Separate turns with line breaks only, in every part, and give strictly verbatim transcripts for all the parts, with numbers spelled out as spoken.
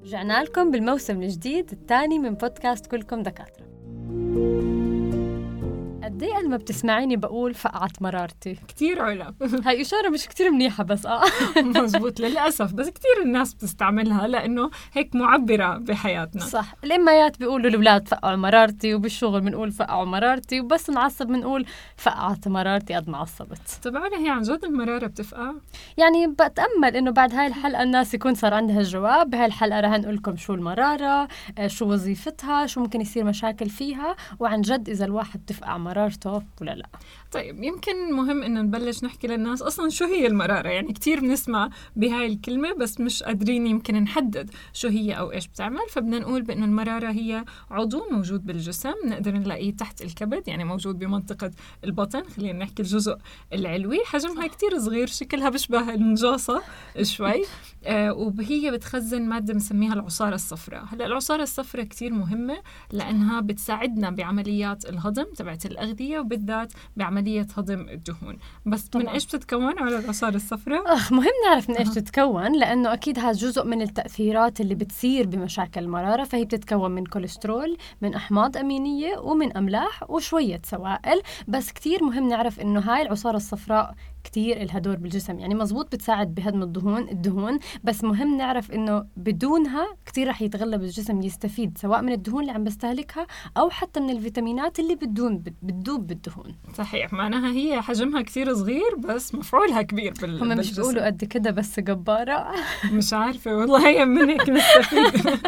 رجعنا لكم بالموسم الجديد الثاني من بودكاست كلكم دكاترة. قد ايه لما بتسمعيني بقول فقعت مرارتي
كتير علا.
هاي إشارة مش كتير منيحة بس اه
مزبوط للأسف، بس كتير الناس بتستعملها لأنه هيك معبرة بحياتنا.
صح، الإميات بيقولوا الأولاد فقعوا مرارتي، وبالشغل بنقول فقعوا مرارتي، وبس نعصب بنقول فقعت مرارتي قد ما عصبت.
طبعا هي عن جد المرارة بتفقع؟
يعني بتأمل إنه بعد هاي الحلقة الناس يكون صار عندها الجواب. بهاي الحلقة رح نقول لكم شو المرارة، شو وظيفتها، شو ممكن يصير مشاكل فيها، وعن جد إذا الواحد تفقع مرارته ولا لا.
طيب يمكن مهم إنه نبلش نحكي للناس أصلاً شو هي المرارة. يعني كتير بنسمع بهاي الكلمة بس مش قادرين يمكن نحدد شو هي أو إيش بتعمل. فبدنا نقول بأنه المرارة هي عضو موجود بالجسم، نقدر نلاقيه تحت الكبد، يعني موجود بمنطقة البطن. خلينا نحكي الجزء العلوي، حجمها كتير صغير، شكلها بشبه النجاصة شوي. آه وهي بتخزن مادة مسميها العصارة الصفراء. هلا العصارة الصفراء كتير مهمة لأنها بتساعدنا بعمليات الهضم تبعت الأغذية، وبالذات بعملية هضم الدهون. بس طبعا. من إيش بتتكون على العصارة الصفراء؟
أخ مهم نعرف من إيش تتكون، لأنه أكيد هذا جزء من التأثيرات اللي بتصير بمشاكل المرارة. فهي بتتكون من كوليسترول، من أحماض أمينية، ومن أملاح، وشوية سوائل. بس كتير مهم نعرف إنه هاي العصارة الصفراء كتير إلها دور بالجسم. يعني مزبوط بتساعد بهضم الدهون الدهون بس مهم نعرف إنه بدونها كتير رح يتغلب الجسم يستفيد، سواء من الدهون اللي عم بستهلكها أو حتى من الفيتامينات اللي بدون بتدوب بالدهون.
صحيح، معناها هي حجمها كتير صغير بس مفعولها كبير بال...
هم
بالجسم.
مش بيقولوا قد كده بس جبارة.
مش عارفة والله، هي من هيك نستفيد.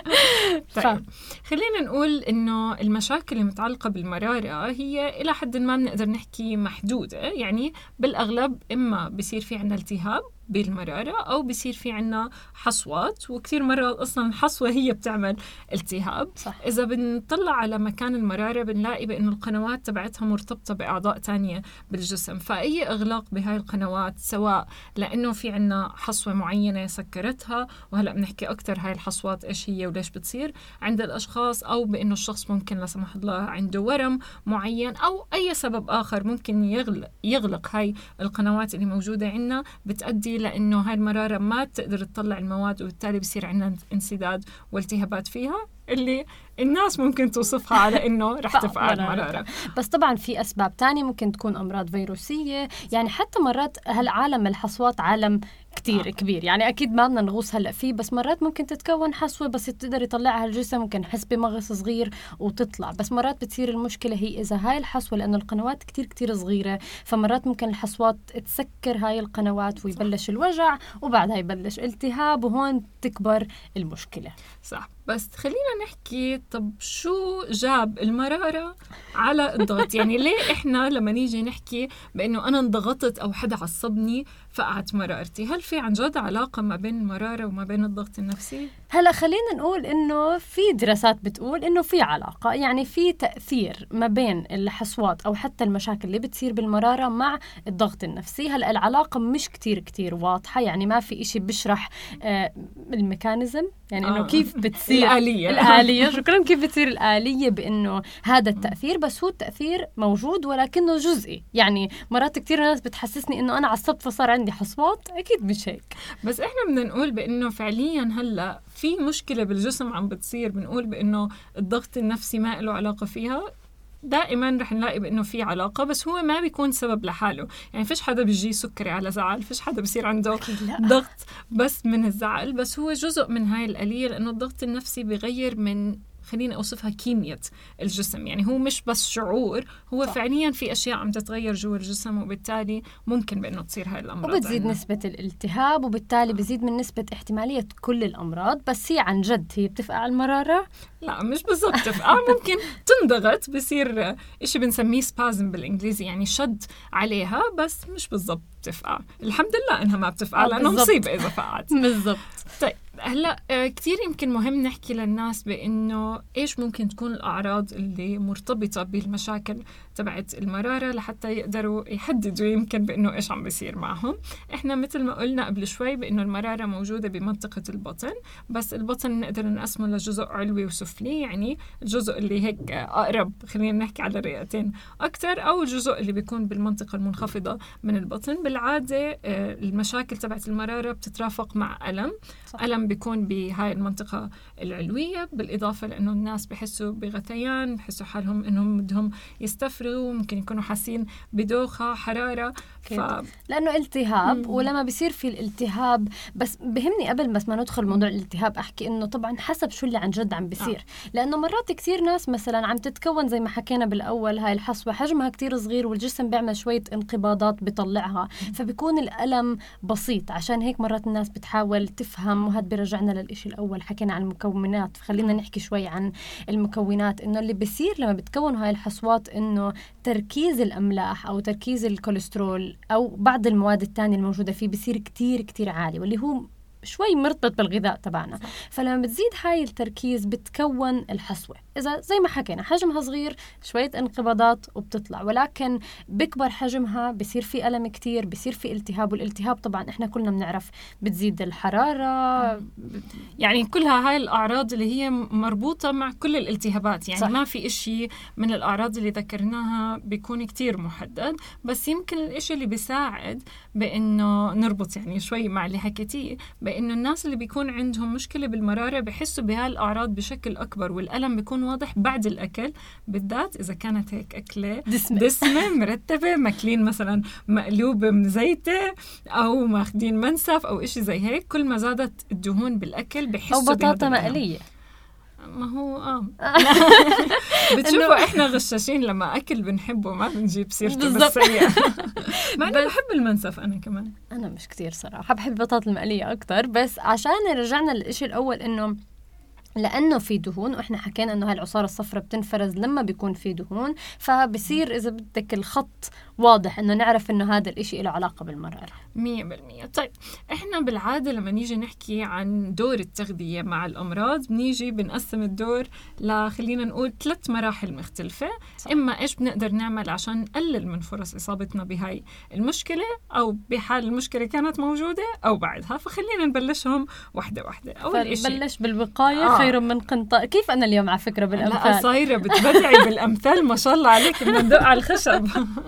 طيب خلينا نقول إنه المشاكل المتعلقة بالمرارة هي إلى حد ما بنقدر نحكي محدودة. يعني بالأغلب إما بيصير في عنا التهاب بالمرارة أو بيصير في عنا حصوات، وكثير مرة أصلاً الحصوة هي بتعمل التهاب.
صح.
إذا بنطلع على مكان المرارة بنلاقي بأنه القنوات تبعتها مرتبطة بأعضاء تانية بالجسم، فأي إغلاق بهاي القنوات سواء لأنه في عنا حصوة معينة سكرتها، وهلأ بنحكي أكتر هاي الحصوات إيش هي وليش بتصير عند الأشخاص، أو بأنه الشخص ممكن لا سمح الله عنده ورم معين أو أي سبب آخر ممكن يغلق, يغلق هاي القنوات اللي موجودة عنا، بتأدي لأنه هاي المرارة ما تقدر تطلع المواد، وبالتالي بصير عندنا انسداد والتهابات فيها اللي الناس ممكن توصفها على إنه رح تفقع المرارة.
بس طبعا في أسباب تانية ممكن تكون أمراض فيروسية. يعني حتى مرات هالعالم الحصوات عالم كتير آه. كبير، يعني أكيد ما بدنا نغوص هلأ فيه، بس مرات ممكن تتكون حصوة بس تقدر يطلعها الجسم، ممكن نحس بمغص صغير وتطلع. بس مرات بتصير المشكلة هي إذا هاي الحصوة، لأن القنوات كتير كتير صغيرة، فمرات ممكن الحصوات تسكر هاي القنوات ويبلش الوجع، وبعدها يبلش التهاب، وهون تكبر المشكلة.
صح. بس خلينا نحكي طب شو جاب المرارة على الضغط؟ يعني ليه إحنا لما نيجي نحكي بأنه أنا انضغطت أو حدا عصبني فقعت مرارتي، هل في عن جد علاقة ما بين المرارة وما بين الضغط النفسي؟
هلا خلينا نقول إنه في دراسات بتقول إنه في علاقة، يعني في تأثير ما بين الحصوات أو حتى المشاكل اللي بتصير بالمرارة مع الضغط النفسي. هلا العلاقة مش كتير كتير واضحة، يعني ما في إشي بشرح آه الميكانيزم، يعني إنه آه. كيف بتصير
الآلية
الآلية شكرا كيف بتصير الآلية بأنه هذا التأثير. بس هو التأثير موجود ولكنه جزئي. يعني مرات كتير ناس بتحسسني إنه أنا عصبت فصار عندي حصوات، أكيد مش هيك.
بس إحنا بدنا نقول بأنه فعليا هلأ في مشكلة بالجسم عم بتصير، بنقول بأنه الضغط النفسي ما له علاقة فيها. دائما رح نلاقي بأنه في علاقة، بس هو ما بيكون سبب لحاله. يعني فيش حدا بيجي سكري على زعل، فيش حدا بيصير عنده ضغط بس من الزعل، بس هو جزء من هاي الآلية، لأنه الضغط النفسي بيغير من، خليني أوصفها، كيمياء الجسم. يعني هو مش بس شعور، هو صح. فعليا في أشياء عم تتغير جوا الجسم، وبالتالي ممكن بأنه تصير هاي الأمراض،
وبتزيد عنا. نسبة الالتهاب، وبالتالي بزيد من نسبة احتمالية كل الأمراض. بس هي عن جد هي بتفقع المرارة؟
لا مش بالضبط تفقع. ممكن تنضغط، بصير إشي بنسميه سبازم بالإنجليزي، يعني شد عليها، بس مش بالضبط تفقع. الحمد لله إنها ما بتفقع، لأنه مصيبة إذا فقعت.
بالضبط.
طيب هلا كتير يمكن مهم نحكي للناس بأنه إيش ممكن تكون الأعراض اللي مرتبطة بالمشاكل تبعت المرارة، لحتى يقدروا يحددوا يمكن بأنه إيش عم بيصير معهم. إحنا مثل ما قلنا قبل شوي بأنه المرارة موجودة بمنطقة البطن، بس البطن نقدر نقسمه لجزء علوي وسفلي. يعني الجزء اللي هيك أقرب، خلينا نحكي على الرئتين أكتر، أو الجزء اللي بيكون بالمنطقة المنخفضة من البطن. بالعادة المشاكل تبعت المرارة بتترافق مع ألم صح. ألم بيكون بهاي المنطقة العلوية، بالإضافة لأنه الناس بحسوا بغثيان، بحسوا حالهم إنهم بدهم يستفرغوا، ممكن يكونوا حاسين بدوخة حرارة. ف...
لأنه التهاب.
مم.
ولما بيصير في الالتهاب، بس بهمني قبل بس ما ندخل موضوع الالتهاب أحكي إنه طبعا حسب شو اللي عن جد عم بيصير. آه. لأنه مرات كثير ناس مثلا عم تتكون زي ما حكينا بالأول هاي الحصوة حجمها كتير صغير والجسم بيعمل شوية انقباضات بيطلعها، فبيكون الألم بسيط. عشان هيك مرات الناس بتحاول تفهم، وهذا بيرجعنا للإشي الأول حكينا عن المكونات، فخلينا نحكي شوي عن المكونات. إنه اللي بيصير لما بتكون هاي الحصوات إنه تركيز الأملاح أو تركيز الكوليسترول أو بعض المواد التانية الموجودة فيه بيصير كتير كتير عالي، واللي هو شوي مرتبط بالغذاء تبعنا. فلما بتزيد هاي التركيز بتكون الحصوة. إذا زي ما حكينا حجمها صغير شوية انقباضات وبتطلع، ولكن بكبر حجمها بصير في ألم كتير، بصير في التهاب. والالتهاب طبعا إحنا كلنا بنعرف بتزيد الحرارة.
يعني كلها هاي الأعراض اللي هي مربوطة مع كل الالتهابات. يعني صح. ما في إشي من الأعراض اللي ذكرناها بيكون كتير محدد، بس يمكن الإشي اللي بيساعد بإنه نربط يعني شوي مع اللي حكيتيه، بإنه الناس اللي بيكون عندهم مشكلة بالمرارة بيحسوا بهاي الأعراض بشكل أكبر، والألم بيكون واضح بعد الأكل، بالذات إذا كانت هيك أكلة
دسمة,
دسمة مرتبة، ماكلين مثلا مقلوبة مزيتة أو ماخدين منسف أو إشي زي هيك. كل ما زادت الدهون بالأكل بحسوا
أو بطاطا مقلية.
ما هو آه بتشوفوا إحنا غشاشين لما أكل بنحبه ما بنجيب سيرته بالسيئة. ما أنا بحب المنسف أنا كمان.
أنا مش كتير صراحة بحب بطاطا المقلية أكتر. بس عشان رجعنا للإشي الأول إنه لأنه في دهون، وإحنا حكينا إنه هاي العصارة الصفراء بتنفرز لما بيكون في دهون، فبصير إذا بدك الخط واضح إنه نعرف إنه هذا الإشي له علاقة بالمرارة.
مية بالمية. طيب إحنا بالعادة لما نيجي نحكي عن دور التغذية مع الأمراض بنيجي بنقسم الدور لخلينا نقول ثلاث مراحل مختلفة. صح. إما إيش بنقدر نعمل عشان نقلل من فرص إصابتنا بهاي المشكلة، أو بحال المشكلة كانت موجودة، أو بعدها. فخلينا نبلشهم واحدة واحدة. أول إشي
بلش بالوقاية آه. خير من قنطة. كيف أنا اليوم على فكرة بالأمثال؟
لا صايرة بتبدعي بالأمثال ما شاء الله عليك، بدنا ندق على الخشب.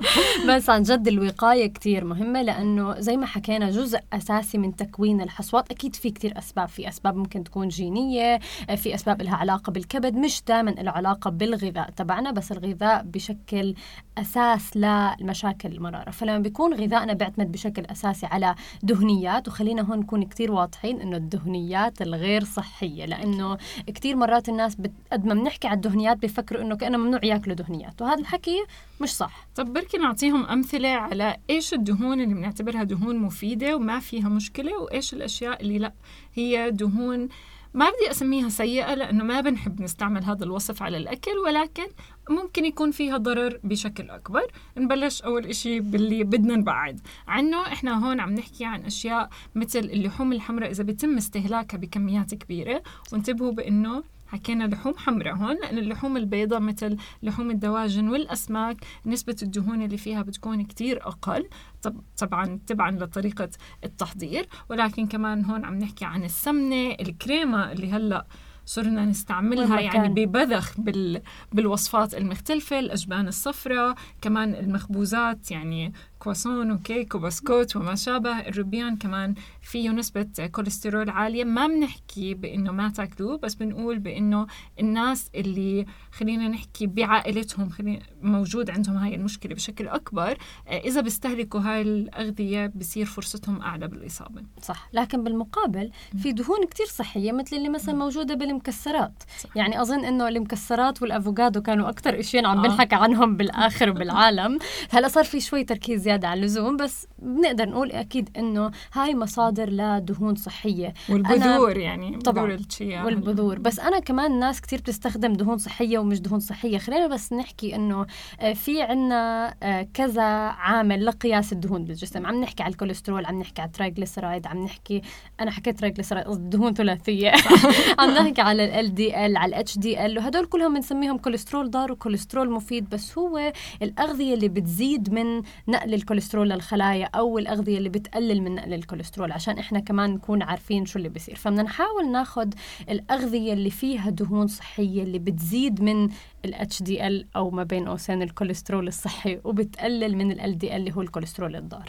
بس عن جد الوقاية كتير مهمة، لأنه زي ما حكينا جزء أساسي من تكوين الحصوات. أكيد في كتير أسباب، في أسباب ممكن تكون جينية، في أسباب لها علاقة بالكبد، مش دائما لها علاقة بالغذاء تبعنا، بس الغذاء بشكل أساس للمشاكل المرارة. فلما بيكون غذائنا بيعتمد بشكل أساسي على دهنيات، وخلينا هون نكون كتير واضحين إنه الدهنيات الغير صحية، لأنه كتير مرات الناس قد ما بنحكي على الدهنيات بيفكروا إنه كأنه ممنوع يأكلوا دهنيات، وهذا الحكي مش صح.
طب بركي نعطيهم أمثلة على إيش الدهون اللي بنعتبرها دهون مفيدة وما فيها مشكلة، وإيش الأشياء اللي لا هي دهون ما بدي أسميها سيئة، لأنه ما بنحب نستعمل هذا الوصف على الأكل، ولكن ممكن يكون فيها ضرر بشكل أكبر. نبلش أول إشي باللي بدنا نبعد عنه. إحنا هون عم نحكي عن أشياء مثل اللحوم الحمراء إذا بيتم استهلاكها بكميات كبيرة. وانتبهوا بأنه حكينا لحوم حمراء هون، لأن اللحوم البيضاء مثل لحوم الدواجن والأسماك نسبة الدهون اللي فيها بتكون كتير أقل، طب طبعا تبعا لطريقة التحضير. ولكن كمان هون عم نحكي عن السمنة، الكريمة اللي هلا صرنا نستعملها يعني ببذخ بال بالوصفات المختلفة، الأجبان الصفراء، كمان المخبوزات يعني كواسون وكيك وبسكوت وما شابه. الروبيان كمان فيه نسبة كوليسترول عالية. ما بنحكي بأنه ما تاكلوه، بس بنقول بأنه الناس اللي خلينا نحكي بعائلتهم خلينا موجود عندهم هاي المشكلة بشكل أكبر، إذا بيستهلكوا هاي الأغذية بصير فرصتهم أعلى بالإصابة.
صح. لكن بالمقابل في دهون كتير صحية مثل اللي مثلا موجودة بالمكسرات. صح. يعني أظن إنه المكسرات والأفوكادو كانوا أكتر إشيين عم بنحكي عنهم بالآخر بالعالم. هلأ صار في شوي تركيز زيادة على اللزوم، بس بنقدر نقول أكيد إنه هاي مصادر لدهون صحية.
والبذور يعني
طبعا
بذور الشيا
والبذور. بس أنا كمان ناس كتير بتستخدم دهون صحية ومش دهون صحية. خلينا بس نحكي إنه في عنا كذا عامل لقياس الدهون بالجسم. عم نحكي على الكوليسترول، عم نحكي على الترايغليسرايد، عم نحكي أنا حكيت ترايغليسرايد قصدي دهون ثلاثية. عم نحكي على ال إل دي إل، على ال إتش دي إل، وهدول كلهم بنسميهم كوليسترول ضار وكوليسترول مفيد. بس هو الأغذية اللي بتزيد من نقل الكوليسترول للخلايا أو الأغذية اللي بتقلل من نقل الكوليسترول، عشان إحنا كمان نكون عارفين شو اللي بيصير. فبدنا نحاول ناخد الأغذية اللي فيها دهون صحية اللي بتزيد من ال إتش دي إل أو ما بين قوسين الكوليسترول الصحي، وبتقلل من ال إل دي إل اللي هو الكوليسترول الضار.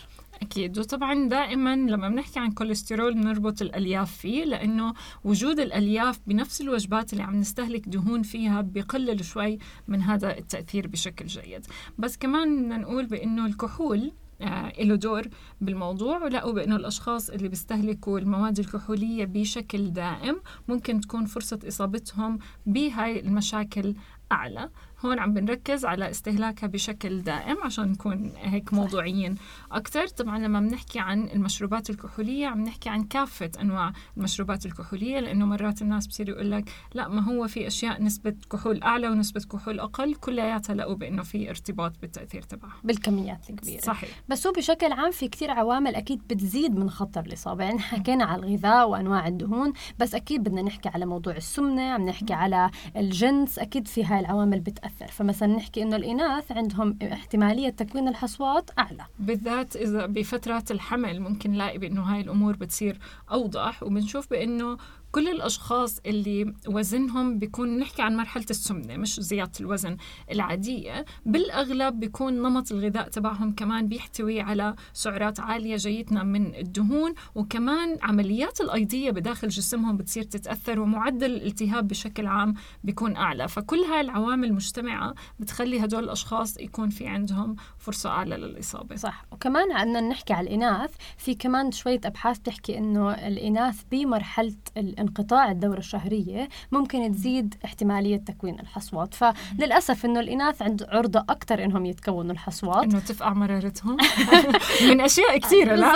أكيد. وطبعا دائما لما بنحكي عن كوليسترول بنربط الألياف فيه، لأنه وجود الألياف بنفس الوجبات اللي عم نستهلك دهون فيها بيقلل شوي من هذا التأثير بشكل جيد. بس كمان بدنا نقول بأنه الكحول آه له دور بالموضوع، ولقوا بأنه الأشخاص اللي بيستهلكوا المواد الكحولية بشكل دائم ممكن تكون فرصة إصابتهم بهاي المشاكل أعلى. هون عم بنركز على استهلاكها بشكل دائم عشان نكون هيك موضوعيين أكتر. طبعا لما بنحكي عن المشروبات الكحولية عم نحكي عن كافة أنواع المشروبات الكحولية، لأنه مرات الناس بصير يقول لك لا ما هو في أشياء نسبة كحول أعلى ونسبة كحول أقل، كلياتها لقوا بأنه في ارتباط بالتأثير تبعها
بالكميات الكبيرة.
صحيح.
بس هو بشكل عام في كتير عوامل أكيد بتزيد من خطر الإصابة. يعني حكينا على الغذاء وأنواع الدهون، بس أكيد بدنا نحكي على موضوع السمنة، عم نحكي على الجنس، أكيد في هاي العوامل بتأثر. فمثلا نحكي إنه الإناث عندهم احتمالية تكوين الحصوات أعلى،
بالذات إذا بفترات الحمل ممكن نلاقي بأنه هاي الأمور بتصير أوضح. وبنشوف بأنه كل الأشخاص اللي وزنهم بيكون نحكي عن مرحلة السمنة مش زيادة الوزن العادية، بالأغلب بيكون نمط الغذاء تبعهم كمان بيحتوي على سعرات عالية جيتنا من الدهون، وكمان عمليات الأيضية بداخل جسمهم بتصير تتأثر، ومعدل الالتهاب بشكل عام بيكون أعلى. فكل هاي العوامل مجتمعة بتخلي هدول الأشخاص يكون في عندهم فرصة أعلى للإصابة.
صح. وكمان عندنا نحكي على الإناث، في كمان شوية أبحاث تحكي إنه الإناث بمرحلة انقطاع الدورة الشهرية ممكن تزيد احتمالية تكوين الحصوات. فللأسف إنه الإناث عند عرضة أكتر إنهم يتكونوا الحصوات،
إنه تفقع مرارتهم من أشياء كثيرة. لا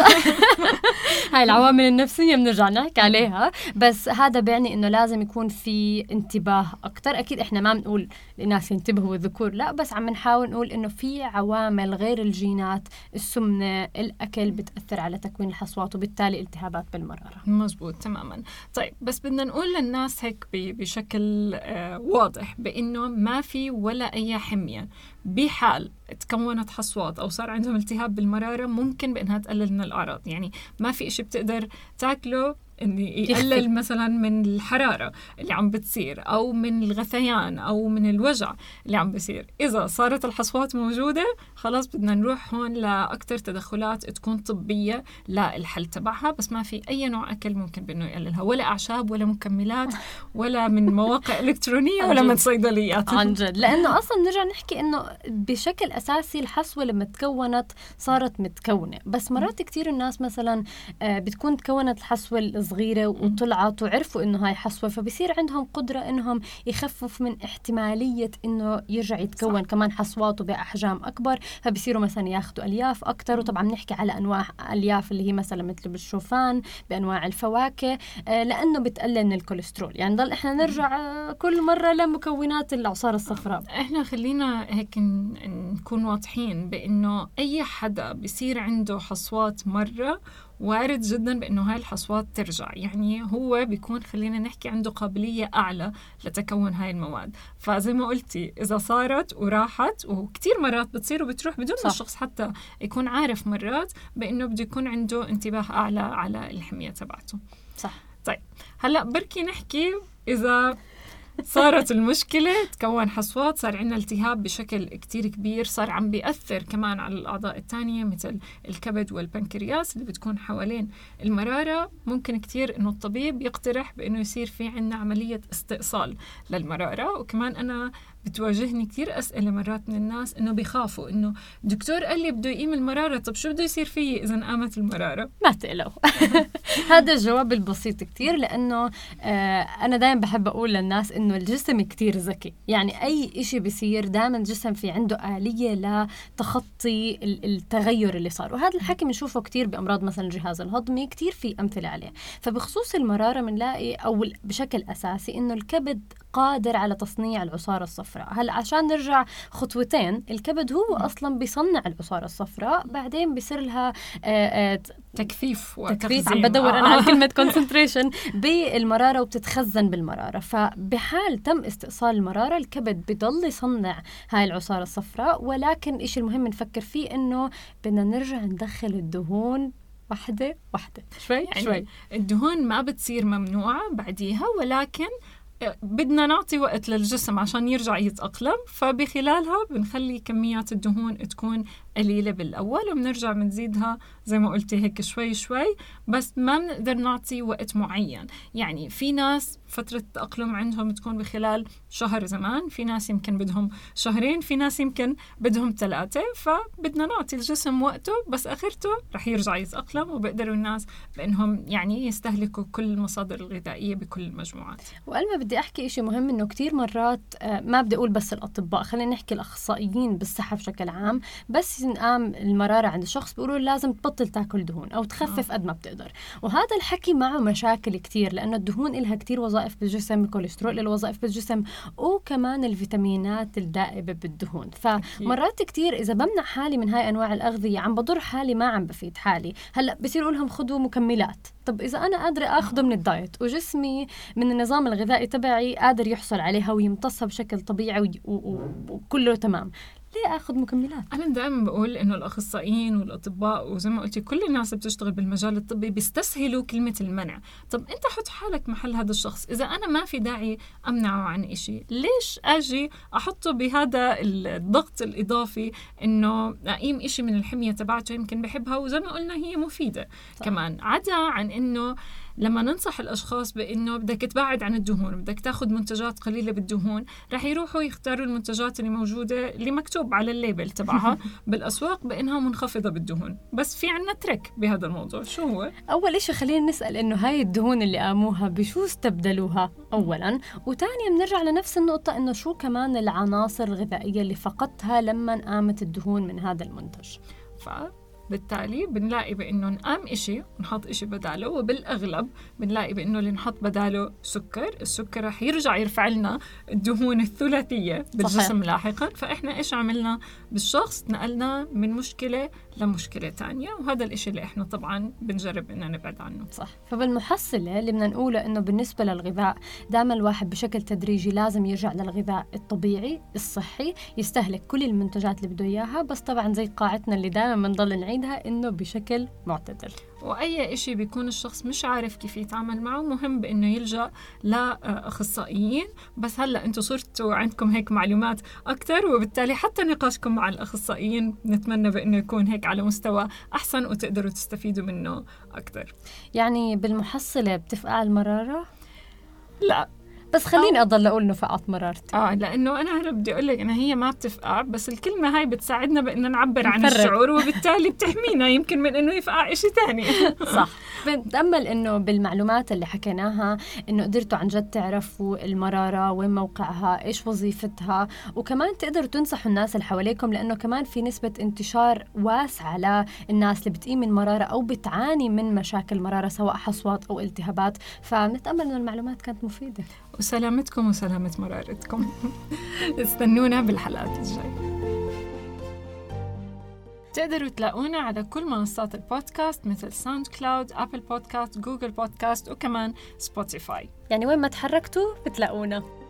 هاي العوامل النفسية بنرجع نحكي عليها، بس هذا بيعني إنه لازم يكون في انتباه أكتر. أكيد إحنا ما بنقول الناس ينتبهوا والذكور لا، بس عم نحاول نقول إنه في عوامل غير الجينات، السمنة، الأكل بتأثر على تكوين الحصوات وبالتالي التهابات بالمرارة.
مزبوط تماما. طيب بس بدنا نقول للناس هيك بشكل آه واضح بأنه ما في ولا أي حمية بحال تكونت حصوات أو صار عندهم التهاب بالمرارة ممكن بأنها تقلل من الأعراض. يعني ما في إشي بتقدر تاكله إن يقلل مثلا من الحرارة اللي عم بتصير أو من الغثيان أو من الوجع اللي عم بصير. إذا صارت الحصوات موجودة خلاص بدنا نروح هون لأكتر تدخلات تكون طبية للحل تبعها، بس ما في أي نوع أكل ممكن بأنه يقللها، ولا أعشاب ولا مكملات ولا من مواقع إلكترونية ولا من صيدليات.
عن جد، لأنه أصلا نرجع نحكي إنه بشكل أساسي الحصوة لما تكونت صارت متكونة، بس مرات كتير الناس مثلا بتكون تكونت الحصوة صغيرة وطلعت وعرفوا إنه هاي حصوة، فبصير عندهم قدرة إنهم يخفف من احتمالية إنه يرجع يتكون صح. كمان حصوات وبأحجام أكبر، فبصيروا مثلا ياخدوا ألياف أكتر. وطبعا نحكي على أنواع ألياف اللي هي مثلا مثل بالشوفان، بأنواع الفواكه، آه لأنه بتقلل من الكوليسترول. يعني ضل إحنا نرجع آه كل مرة لمكونات العصارة الصفراء.
إحنا خلينا هيك نكون واضحين بأنه أي حدا بيصير عنده حصوات مرة وارد جدا بأنه هاي الحصوات ترجع. يعني هو بيكون خلينا نحكي عنده قابلية أعلى لتكون هاي المواد. فزي ما قلتي إذا صارت وراحت، وكتير مرات بتصير وبتروح بدون ما الشخص حتى يكون عارف، مرات بأنه بده يكون عنده انتباه أعلى على الحمية تبعته.
صح.
طيب هلأ بركي نحكي إذا صارت المشكلة تكون حصوات، صار عندنا التهاب بشكل كتير كبير، صار عم بيأثر كمان على الأعضاء التانية مثل الكبد والبنكرياس اللي بتكون حوالين المرارة. ممكن كتير إنه الطبيب يقترح بإنه يصير في عنا عملية استئصال للمرارة. وكمان أنا بتواجهني كتير أسئلة مرات من الناس إنه بيخافوا إنه دكتور قال لي بده يقيم المرارة، طب شو بده يصير فيه إذا قامت المرارة؟
ما تقلقوا. هذا الجواب البسيط كتير، لأنه آه أنا دايما بحب أقول للناس إنه الجسم كتير ذكي. يعني أي إشي بيصير دايما الجسم في عنده آلية لتخطي التغير اللي صار، وهذا الحكي بنشوفه كتير بأمراض مثلا الجهاز الهضمي، كتير في أمثلة عليه. فبخصوص المرارة بنلاقي أو بشكل أساسي إنه الكبد قادر على تصنيع العصارة الصفراء. هلا عشان نرجع خطوتين، الكبد هو أصلا بيصنع العصارة الصفراء، بعدين بيصير لها آآ آآ
تكثيف
تكثيف عم بدور أنا على كلمة concentration بالمرارة وبتتخزن بالمرارة. فبحال تم استئصال المرارة الكبد بيضل يصنع هاي العصارة الصفراء، ولكن إشي المهم نفكر فيه إنه بدنا نرجع ندخل الدهون واحدة واحدة شوي
يعني
شوي.
الدهون ما بتصير ممنوعة بعديها، ولكن بدنا نعطي وقت للجسم عشان يرجع يتأقلم، فبخلالها بنخلي كميات الدهون تكون قليلة بالأول وبنرجع بنزيدها زي ما قلتي هيك شوي شوي، بس ما بنقدر نعطي وقت معين. يعني في ناس فترة التأقلم عندهم تكون بخلال شهر زمان، في ناس يمكن بدهم شهرين، في ناس يمكن بدهم ثلاثة، فبدنا نعطي الجسم وقته، بس آخرته رح يرجع يتأقلم وبقدروا الناس بأنهم يعني يستهلكوا كل المصادر الغذائية بكل المجموعات.
وألما بدي أحكي إشي مهم، إنه كتير مرات ما بدي أقول بس الأطباء، خلينا نحكي الأخصائيين بالصحة بشكل عام، بس ينقام المرارة عند الشخص بيقولوا لازم تبطل تاكل دهون أو تخفف قد ما بتقدر، وهذا الحكي معه مشاكل كتير، لأنه الدهون إلها كتير وظائف بالجسم، الكوليسترول له وظائف بالجسم، وكمان الفيتامينات الدائبة بالدهون. فمرات كتير إذا بمنع حالي من هاي أنواع الأغذية عم بضر حالي، ما عم بفيد حالي. هلأ بصير أقولهم خذوا مكملات، طب إذا أنا قادرة أخذه من الدايت وجسمي من النظام الغذائي تبعي قادر يحصل عليها ويمتصها بشكل طبيعي وكله تمام، ليه أخذ مكملات؟
أنا دائما بقول إنه الأخصائيين والأطباء وزي ما قلتي كل الناس بتشتغل بالمجال الطبي بيستسهلوا كلمة المنع. طب أنت حط حالك محل هذا الشخص، إذا أنا ما في داعي أمنعه عن إشي، ليش أجي أحطه بهذا الضغط الإضافي إنه أقيم إشي من الحمية تبعته يمكن بحبها وزي ما قلنا هي مفيدة صح. كمان عدا عن إنه لما ننصح الأشخاص بأنه بدك تبعد عن الدهون، بدك تاخد منتجات قليلة بالدهون، رح يروحوا يختاروا المنتجات اللي موجودة اللي مكتوب على الليبل تبعها بالأسواق بأنها منخفضة بالدهون. بس في عنا تريك بهذا الموضوع. شو هو؟
أول إشي خلينا نسأل إنه هاي الدهون اللي قاموها بشو استبدلوها أولاً، وتانيا بنرجع لنفس النقطة إنه شو كمان العناصر الغذائية اللي فقدتها لما قامت الدهون من هذا المنتج.
ف بالتالي بنلاقي بأنه نقام إشي ونحط إشي بداله، وبالأغلب بنلاقي بأنه اللي نحط بداله سكر، السكر رح يرجع يرفع لنا الدهون الثلاثية بالجسم صحيح. لاحقا. فإحنا إيش عملنا بالشخص؟ نقلنا من مشكلة لمشكلة تانية، وهذا الإشي اللي إحنا طبعا بنجرب إننا نبعد عنه.
صح. فبالمحصلة اللي بدنا نقوله إنه بالنسبة للغذاء دائما الواحد بشكل تدريجي لازم يرجع للغذاء الطبيعي الصحي، يستهلك كل المنتجات اللي بده إياها، بس طبعا زي قاعدتنا اللي دائما بنضل نعيدها إنه بشكل معتدل.
وأي إشي بيكون الشخص مش عارف كيف يتعامل معه مهم بإنه يلجأ لأخصائيين. بس هلأ أنتوا صرتوا عندكم هيك معلومات أكتر، وبالتالي حتى نقاشكم مع الأخصائيين نتمنى بإنه يكون هيك على مستوى أحسن وتقدروا تستفيدوا منه أكتر.
يعني بالمحصلة بتفقع المرارة؟
لا،
بس خليني أضل أقول نفقات مرارتي.
آه لأنه أنا هلا بدي أقول لك أنا هي ما بتفقع، بس الكلمة هاي بتساعدنا بأننا نعبر عن الشعور، وبالتالي بتحمينا يمكن من إنه يفقع إشي تاني.
صح. بتأمل إنه بالمعلومات اللي حكيناها إنه قدرتوا عن جد تعرفوا المرارة وين موقعها، إيش وظيفتها، وكمان تقدروا تنصحوا الناس اللي حواليكم، لأنه كمان في نسبة انتشار واسعة للناس اللي بتقيم من مرارة أو بتعاني من مشاكل مرارة سواء حصوات أو التهابات. فنتأمل إنه المعلومات كانت مفيدة.
وسلامتكم وسلامة مرارتكم. استنونا بالحلقات الجاي. تقدروا تلاقونا على كل منصات البودكاست مثل ساوند كلاود، أبل بودكاست، جوجل بودكاست، وكمان سبوتيفاي.
يعني وين ما تحركتوا بتلاقونا.